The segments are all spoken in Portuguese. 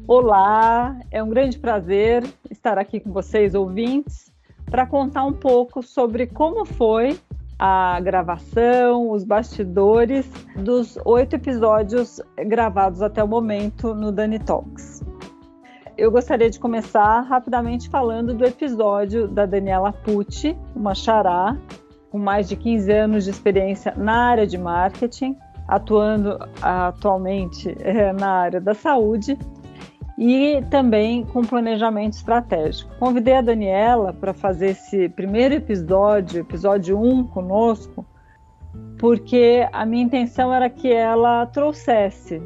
Olá, é um grande prazer estar aqui com vocês, ouvintes, para contar um pouco sobre como foi a gravação, os bastidores dos 8 episódios gravados até o momento no Dani Talks. Eu gostaria de começar rapidamente falando do episódio da Daniela Pucci, uma xará com mais de 15 anos de experiência na área de marketing, atuando atualmente na área da saúde, e também com planejamento estratégico. Convidei a Daniela para fazer esse primeiro episódio 1 conosco, porque a minha intenção era que ela trouxesse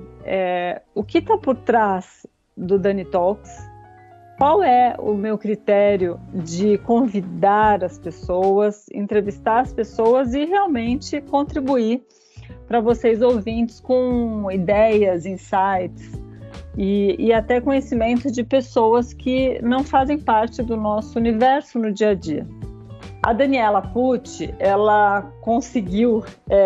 o que está por trás do Dani Talks, qual é o meu critério de convidar as pessoas, entrevistar as pessoas e realmente contribuir para vocês ouvintes com ideias, insights, e até conhecimento de pessoas que não fazem parte do nosso universo no dia a dia. A Daniela Pucci, ela conseguiu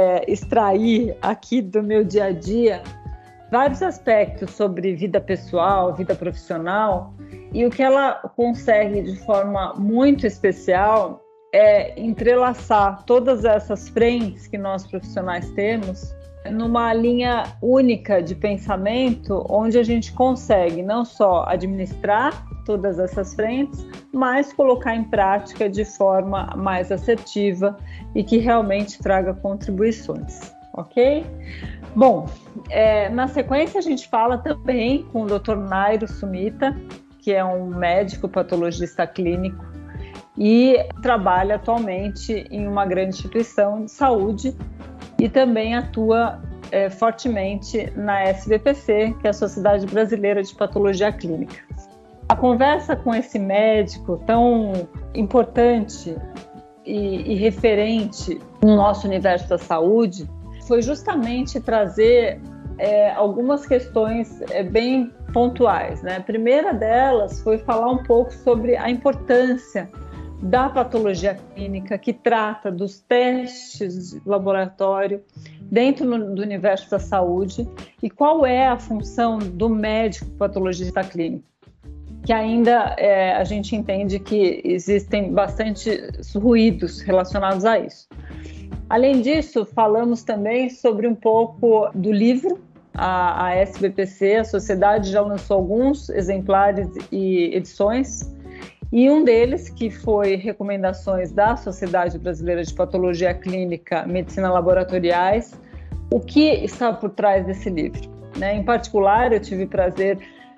extrair aqui do meu dia a dia vários aspectos sobre vida pessoal, vida profissional, e o que ela consegue de forma muito especial é entrelaçar todas essas frentes que nós profissionais temos numa linha única de pensamento, onde a gente consegue não só administrar todas essas frentes, mas colocar em prática de forma mais assertiva e que realmente traga contribuições, ok? Bom, na sequência a gente fala também com o Dr. Nairo Sumita, que é um médico patologista clínico e trabalha atualmente em uma grande instituição de saúde e também atua fortemente na SBPC, que é a Sociedade Brasileira de Patologia Clínica. A conversa com esse médico tão importante e referente no nosso universo da saúde foi justamente trazer algumas questões bem pontuais, né? A primeira delas foi falar um pouco sobre a importância da patologia clínica, que trata dos testes de laboratório dentro do universo da saúde, e qual é a função do médico patologista clínico, que ainda a gente entende que existem bastante ruídos relacionados a isso. Além disso, falamos também sobre um pouco do livro. A SBPC, a sociedade, já lançou alguns exemplares e edições, e um deles, que foi recomendações da Sociedade Brasileira de Patologia Clínica, Medicina Laboratoriais, o que está por trás desse livro, né? Em particular, eu tive o prazer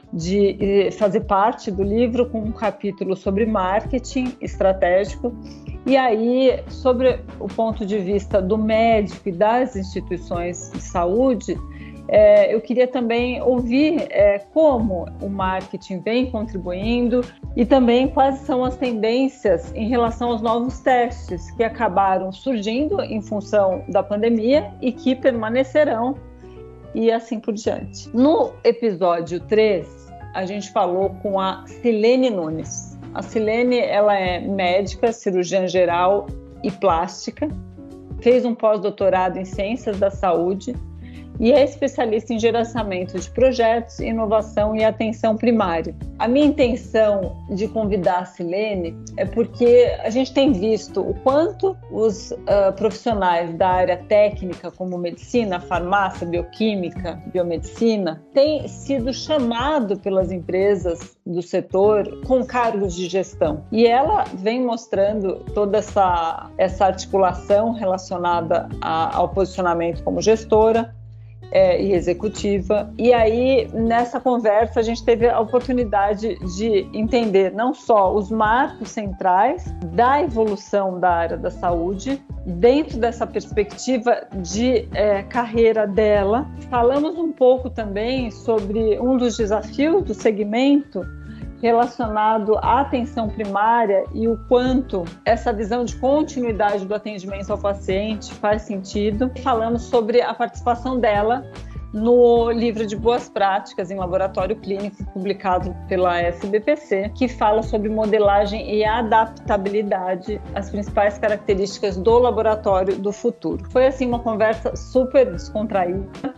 de fazer parte do livro com um capítulo sobre marketing estratégico, e aí, sobre o ponto de vista do médico e das instituições de saúde, eu queria também ouvir como o marketing vem contribuindo e também quais são as tendências em relação aos novos testes que acabaram surgindo em função da pandemia e que permanecerão, e assim por diante. No episódio 3, a gente falou com a Silene Nunes. A Silene, ela é médica, cirurgiã geral e plástica, fez um pós-doutorado em Ciências da Saúde e é especialista em gerenciamento de projetos, inovação e atenção primária. A minha intenção de convidar a Silene é porque a gente tem visto o quanto os profissionais da área técnica, como medicina, farmácia, bioquímica, biomedicina, têm sido chamados pelas empresas do setor com cargos de gestão. E ela vem mostrando toda essa articulação relacionada ao posicionamento como gestora, e executiva. E aí, nessa conversa, a gente teve a oportunidade de entender não só os marcos centrais da evolução da área da saúde, dentro dessa perspectiva de carreira dela. Falamos um pouco também sobre um dos desafios do segmento relacionado à atenção primária e o quanto essa visão de continuidade do atendimento ao paciente faz sentido. Falamos sobre a participação dela no livro de boas práticas em laboratório clínico, publicado pela SBPC, que fala sobre modelagem e adaptabilidade, as principais características do laboratório do futuro. Foi assim uma conversa super descontraída,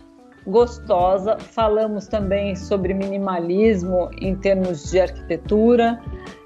gostosa. Falamos também sobre minimalismo em termos de arquitetura.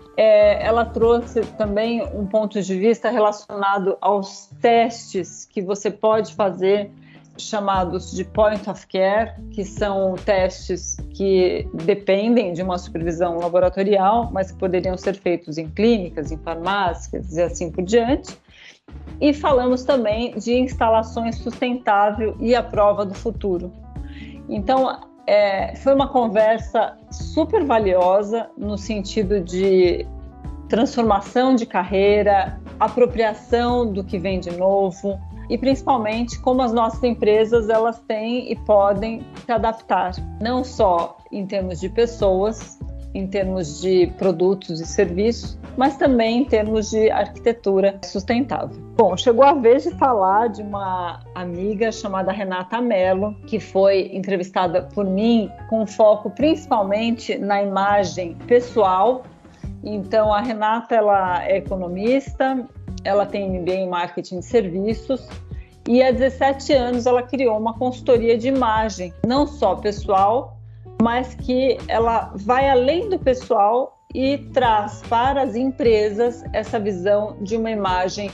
Ela trouxe também um ponto de vista relacionado aos testes que você pode fazer, chamados de point of care, que são testes que dependem de uma supervisão laboratorial, mas que poderiam ser feitos em clínicas, em farmácias e assim por diante. E falamos também de instalações sustentáveis e a prova do futuro. Então, foi uma conversa super valiosa no sentido de transformação de carreira, apropriação do que vem de novo e principalmente como as nossas empresas elas têm e podem se adaptar, não só em termos de pessoas, em termos de produtos e serviços, mas também em termos de arquitetura sustentável. Bom, chegou a vez de falar de uma amiga chamada Renata Mello, que foi entrevistada por mim com foco principalmente na imagem pessoal. Então, a Renata ela é economista, ela tem MBA em Marketing de Serviços e há 17 anos ela criou uma consultoria de imagem, não só pessoal, mas que ela vai além do pessoal e traz para as empresas essa visão de uma imagem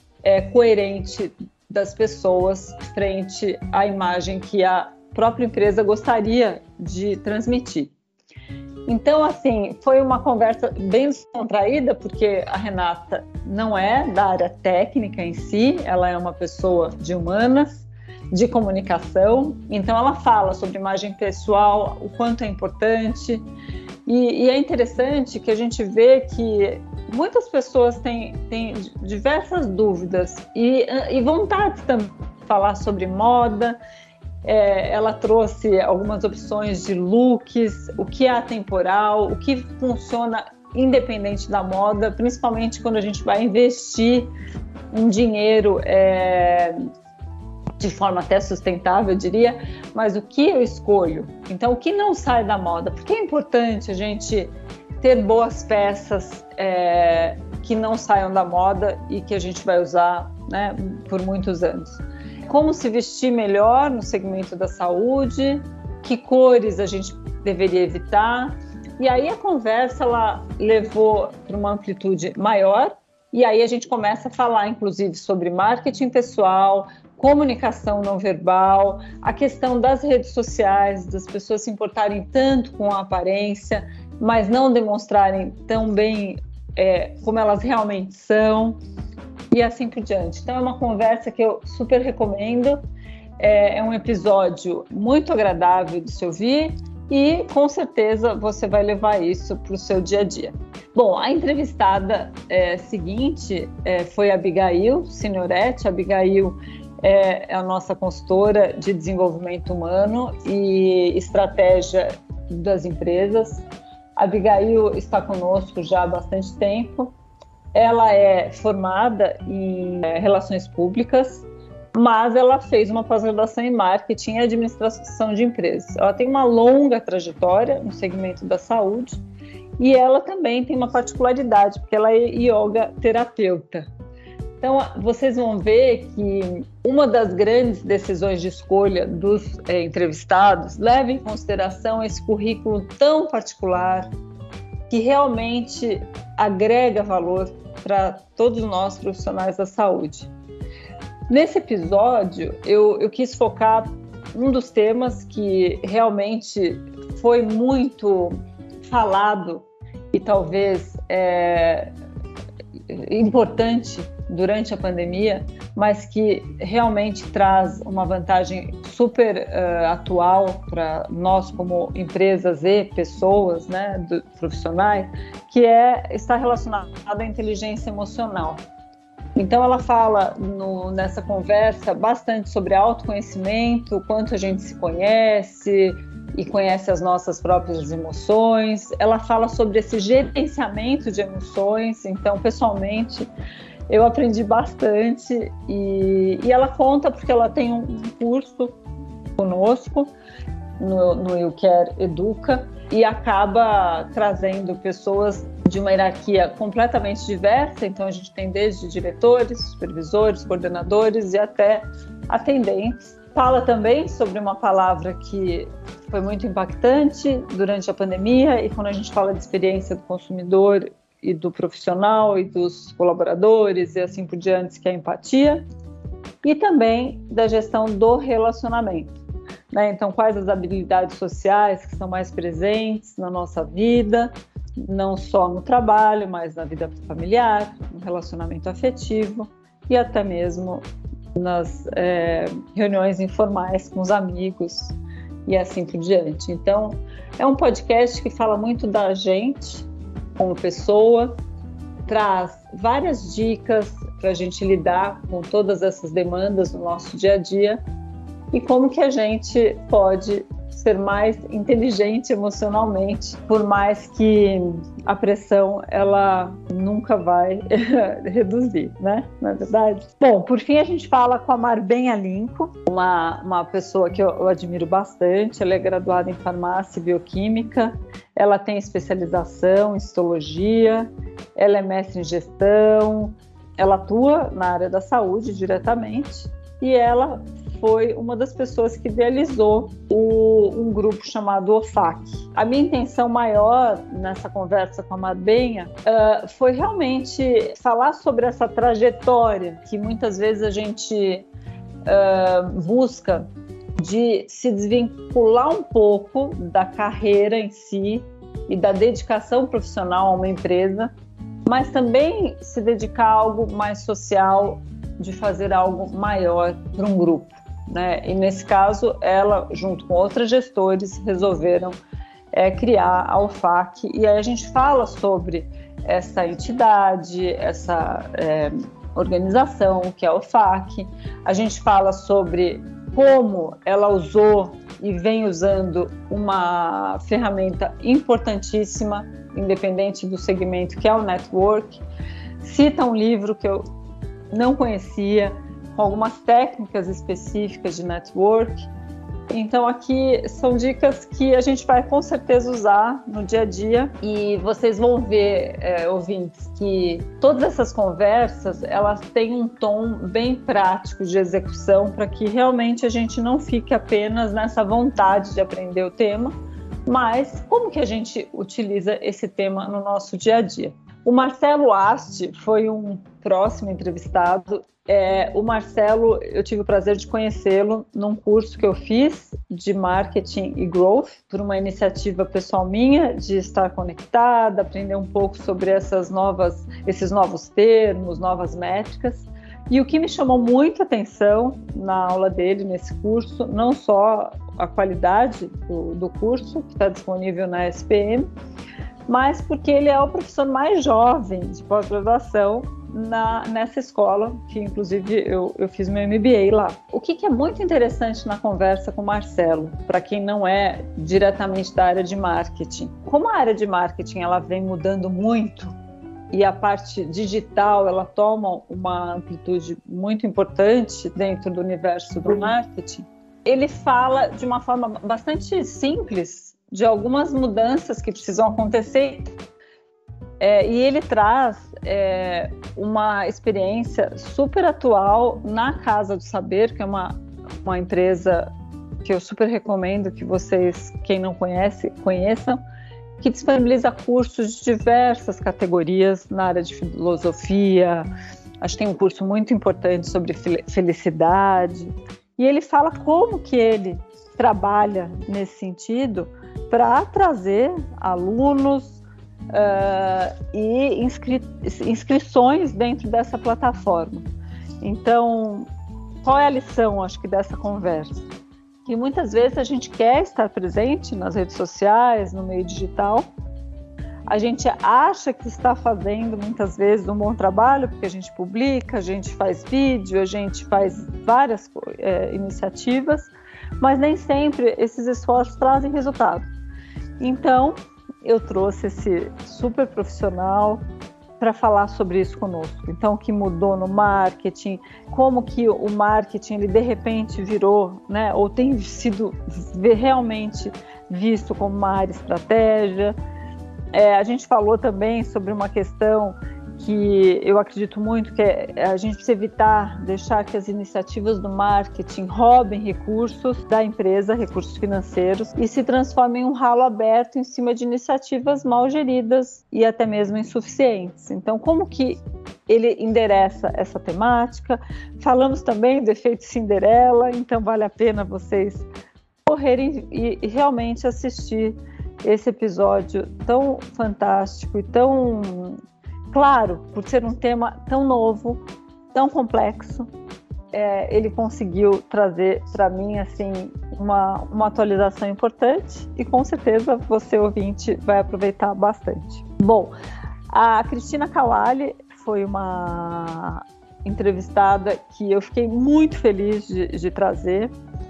coerente das pessoas frente à imagem que a própria empresa gostaria de transmitir. Então, assim, foi uma conversa bem descontraída, porque a Renata não é da área técnica em si, ela é uma pessoa de humanas, de comunicação, então ela fala sobre imagem pessoal, o quanto é importante, e é interessante que a gente vê que muitas pessoas têm diversas dúvidas e vontade também de falar sobre moda. Ela trouxe algumas opções de looks, o que é atemporal, o que funciona independente da moda, principalmente quando a gente vai investir um dinheiro de forma até sustentável, eu diria, mas o que eu escolho? Então, o que não sai da moda? Porque é importante a gente ter boas peças que não saiam da moda e que a gente vai usar, né, por muitos anos. Como se vestir melhor no segmento da saúde, que cores a gente deveria evitar. E aí a conversa ela levou para uma amplitude maior, e aí a gente começa a falar, inclusive, sobre marketing pessoal, comunicação não verbal, a questão das redes sociais, das pessoas se importarem tanto com a aparência, mas não demonstrarem tão bem como elas realmente são, e assim por diante. Então é uma conversa que eu super recomendo, é um episódio muito agradável de se ouvir e com certeza você vai levar isso para o seu dia a dia. Bom, a entrevistada seguinte foi a Abigail Signoretti. A Abigail é a nossa consultora de desenvolvimento humano e estratégia das empresas. A Abigail está conosco já há bastante tempo. Ela é formada em relações públicas, mas ela fez uma pós-graduação em marketing e administração de empresas. Ela tem uma longa trajetória no segmento da saúde e ela também tem uma particularidade, porque ela é yoga terapeuta. Então, vocês vão ver que uma das grandes decisões de escolha dos entrevistados leva em consideração esse currículo tão particular que realmente agrega valor para todos nós profissionais da saúde. Nesse episódio, eu quis focar um dos temas que realmente foi muito falado e talvez importante durante a pandemia, mas que realmente traz uma vantagem super atual para nós como empresas e pessoas, né, profissionais, que está relacionado à inteligência emocional. Então ela fala nessa conversa bastante sobre autoconhecimento, o quanto a gente se conhece e conhece as nossas próprias emoções. Ela fala sobre esse gerenciamento de emoções. Então, pessoalmente, eu aprendi bastante e ela conta porque ela tem um curso conosco no You Care Educa e acaba trazendo pessoas de uma hierarquia completamente diversa. Então a gente tem desde diretores, supervisores, coordenadores e até atendentes Fala também sobre uma palavra que foi muito impactante durante a pandemia, e quando a gente fala de experiência do consumidor e do profissional e dos colaboradores e assim por diante, que é a empatia, e também da gestão do relacionamento, né? Então, quais as habilidades sociais que estão mais presentes na nossa vida, não só no trabalho, mas na vida familiar, no relacionamento afetivo e até mesmo nas reuniões informais com os amigos e assim por diante. Então, é um podcast que fala muito da gente como pessoa, traz várias dicas para a gente lidar com todas essas demandas no nosso dia a dia e como que a gente pode ser mais inteligente emocionalmente, por mais que a pressão ela nunca vai reduzir, né? Não é verdade? Bom, por fim a gente fala com a Marbem Alinco, uma pessoa que eu admiro bastante. Ela é graduada em farmácia e bioquímica, ela tem especialização em citologia, ela é mestre em gestão, ela atua na área da saúde diretamente e ela foi uma das pessoas que idealizou um grupo chamado OFAC. A minha intenção maior nessa conversa com a Marbenha foi realmente falar sobre essa trajetória que muitas vezes a gente busca de se desvincular um pouco da carreira em si e da dedicação profissional a uma empresa, mas também se dedicar a algo mais social, de fazer algo maior para um grupo, né? E nesse caso, ela, junto com outros gestores, resolveram criar a OFAC. E aí a gente fala sobre essa entidade, essa organização que é a OFAC. A gente fala sobre como ela usou e vem usando uma ferramenta importantíssima, independente do segmento, que é o network. Cita um livro que eu não conhecia, com algumas técnicas específicas de network. Então aqui são dicas que a gente vai com certeza usar no dia a dia, e vocês vão ver, ouvintes, que todas essas conversas elas têm um tom bem prático de execução, para que realmente a gente não fique apenas nessa vontade de aprender o tema, mas como que a gente utiliza esse tema no nosso dia a dia. O Marcelo Asti foi um próximo entrevistado. O Marcelo, eu tive o prazer de conhecê-lo num curso que eu fiz de Marketing e Growth, por uma iniciativa pessoal minha de estar conectada, aprender um pouco sobre esses novos termos, novas métricas. E o que me chamou muito a atenção na aula dele, nesse curso, não só a qualidade do curso, que está disponível na SPM, mas porque ele é o professor mais jovem de pós-graduação nessa escola, que inclusive eu fiz meu MBA lá. O que é muito interessante na conversa com o Marcelo, para quem não é diretamente da área de marketing, como a área de marketing ela vem mudando muito e a parte digital ela toma uma amplitude muito importante dentro do universo do marketing, ele fala de uma forma bastante simples de algumas mudanças que precisam acontecer, e ele traz uma experiência super atual na Casa do Saber, que é uma empresa que eu super recomendo que vocês, quem não conhece, conheçam, que disponibiliza cursos de diversas categorias na área de filosofia. Acho que tem um curso muito importante sobre felicidade, e ele fala como que ele trabalha nesse sentido para trazer alunos e inscrições dentro dessa plataforma. Então, qual é a lição, acho que, dessa conversa? Que muitas vezes a gente quer estar presente nas redes sociais, no meio digital, a gente acha que está fazendo muitas vezes um bom trabalho, porque a gente publica, a gente faz vídeo, a gente faz várias iniciativas, mas nem sempre esses esforços trazem resultado. Então, eu trouxe esse super profissional para falar sobre isso conosco. Então, o que mudou no marketing, como que o marketing ele de repente virou, né, ou tem sido realmente visto como uma área estratégia. A gente falou também sobre uma questão que eu acredito muito que a gente precisa evitar deixar que as iniciativas do marketing roubem recursos da empresa, recursos financeiros, e se transformem em um ralo aberto em cima de iniciativas mal geridas e até mesmo insuficientes. Então, como que ele endereça essa temática? Falamos também do efeito Cinderela, então vale a pena vocês correrem e realmente assistir esse episódio tão fantástico e tão claro, por ser um tema tão novo, tão complexo. Ele conseguiu trazer para mim assim, uma atualização importante e com certeza você, ouvinte, vai aproveitar bastante. Bom, a Cristina Kawali foi uma entrevistada que eu fiquei muito feliz de trazer,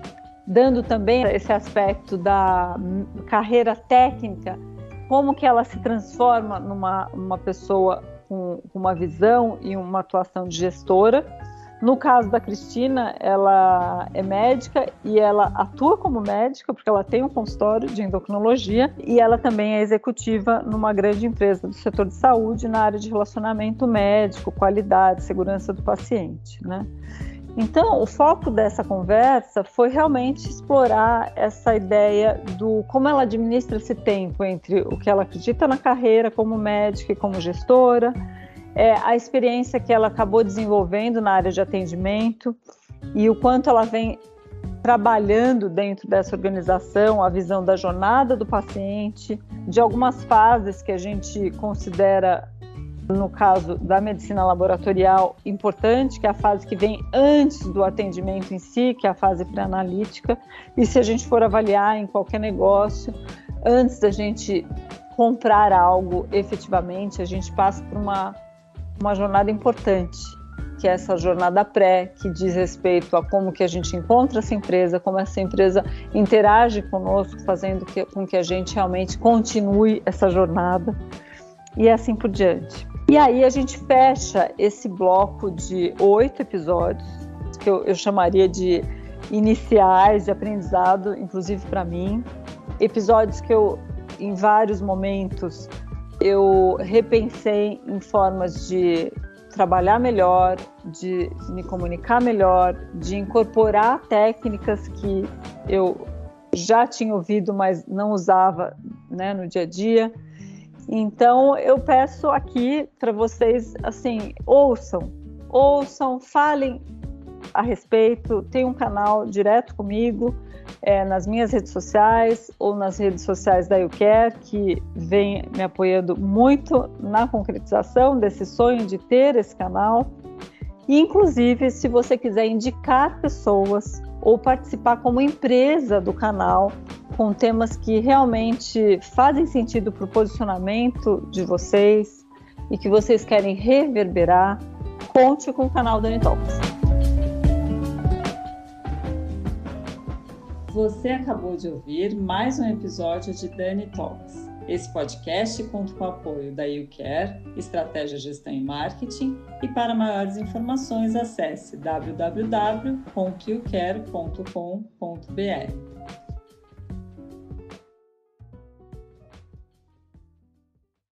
dando também esse aspecto da carreira técnica, como que ela se transforma numa pessoa com uma visão e uma atuação de gestora. No caso da Cristina, ela é médica e ela atua como médica, porque ela tem um consultório de endocrinologia, e ela também é executiva numa grande empresa do setor de saúde na área de relacionamento médico, qualidade, segurança do paciente, né? Então, o foco dessa conversa foi realmente explorar essa ideia do como ela administra esse tempo entre o que ela acredita na carreira como médica e como gestora, a experiência que ela acabou desenvolvendo na área de atendimento e o quanto ela vem trabalhando dentro dessa organização, a visão da jornada do paciente, de algumas fases que a gente considera, no caso da medicina laboratorial, importante, que é a fase que vem antes do atendimento em si, que é a fase pré-analítica, e se a gente for avaliar em qualquer negócio, antes da gente comprar algo efetivamente, a gente passa por uma jornada importante, que é essa jornada pré, que diz respeito a como que a gente encontra essa empresa, como essa empresa interage conosco, fazendo com que a gente realmente continue essa jornada, e assim por diante. E aí a gente fecha esse bloco de 8 episódios, que eu chamaria de iniciais de aprendizado, inclusive para mim. Episódios que eu, em vários momentos, eu repensei em formas de trabalhar melhor, de me comunicar melhor, de incorporar técnicas que eu já tinha ouvido, mas não usava, né, no dia a dia. Então, eu peço aqui para vocês, assim, ouçam, falem a respeito. Tem um canal direto comigo, nas minhas redes sociais ou nas redes sociais da YouCare, que vem me apoiando muito na concretização desse sonho de ter esse canal. E, inclusive, se você quiser indicar pessoas ou participar como empresa do canal, com temas que realmente fazem sentido para o posicionamento de vocês e que vocês querem reverberar, conte com o canal Dani Talks. Você acabou de ouvir mais um episódio de Dani Talks. Esse podcast conta com o apoio da YouCare, Estratégia, Gestão e Marketing, e para maiores informações acesse www.youcare.com.br.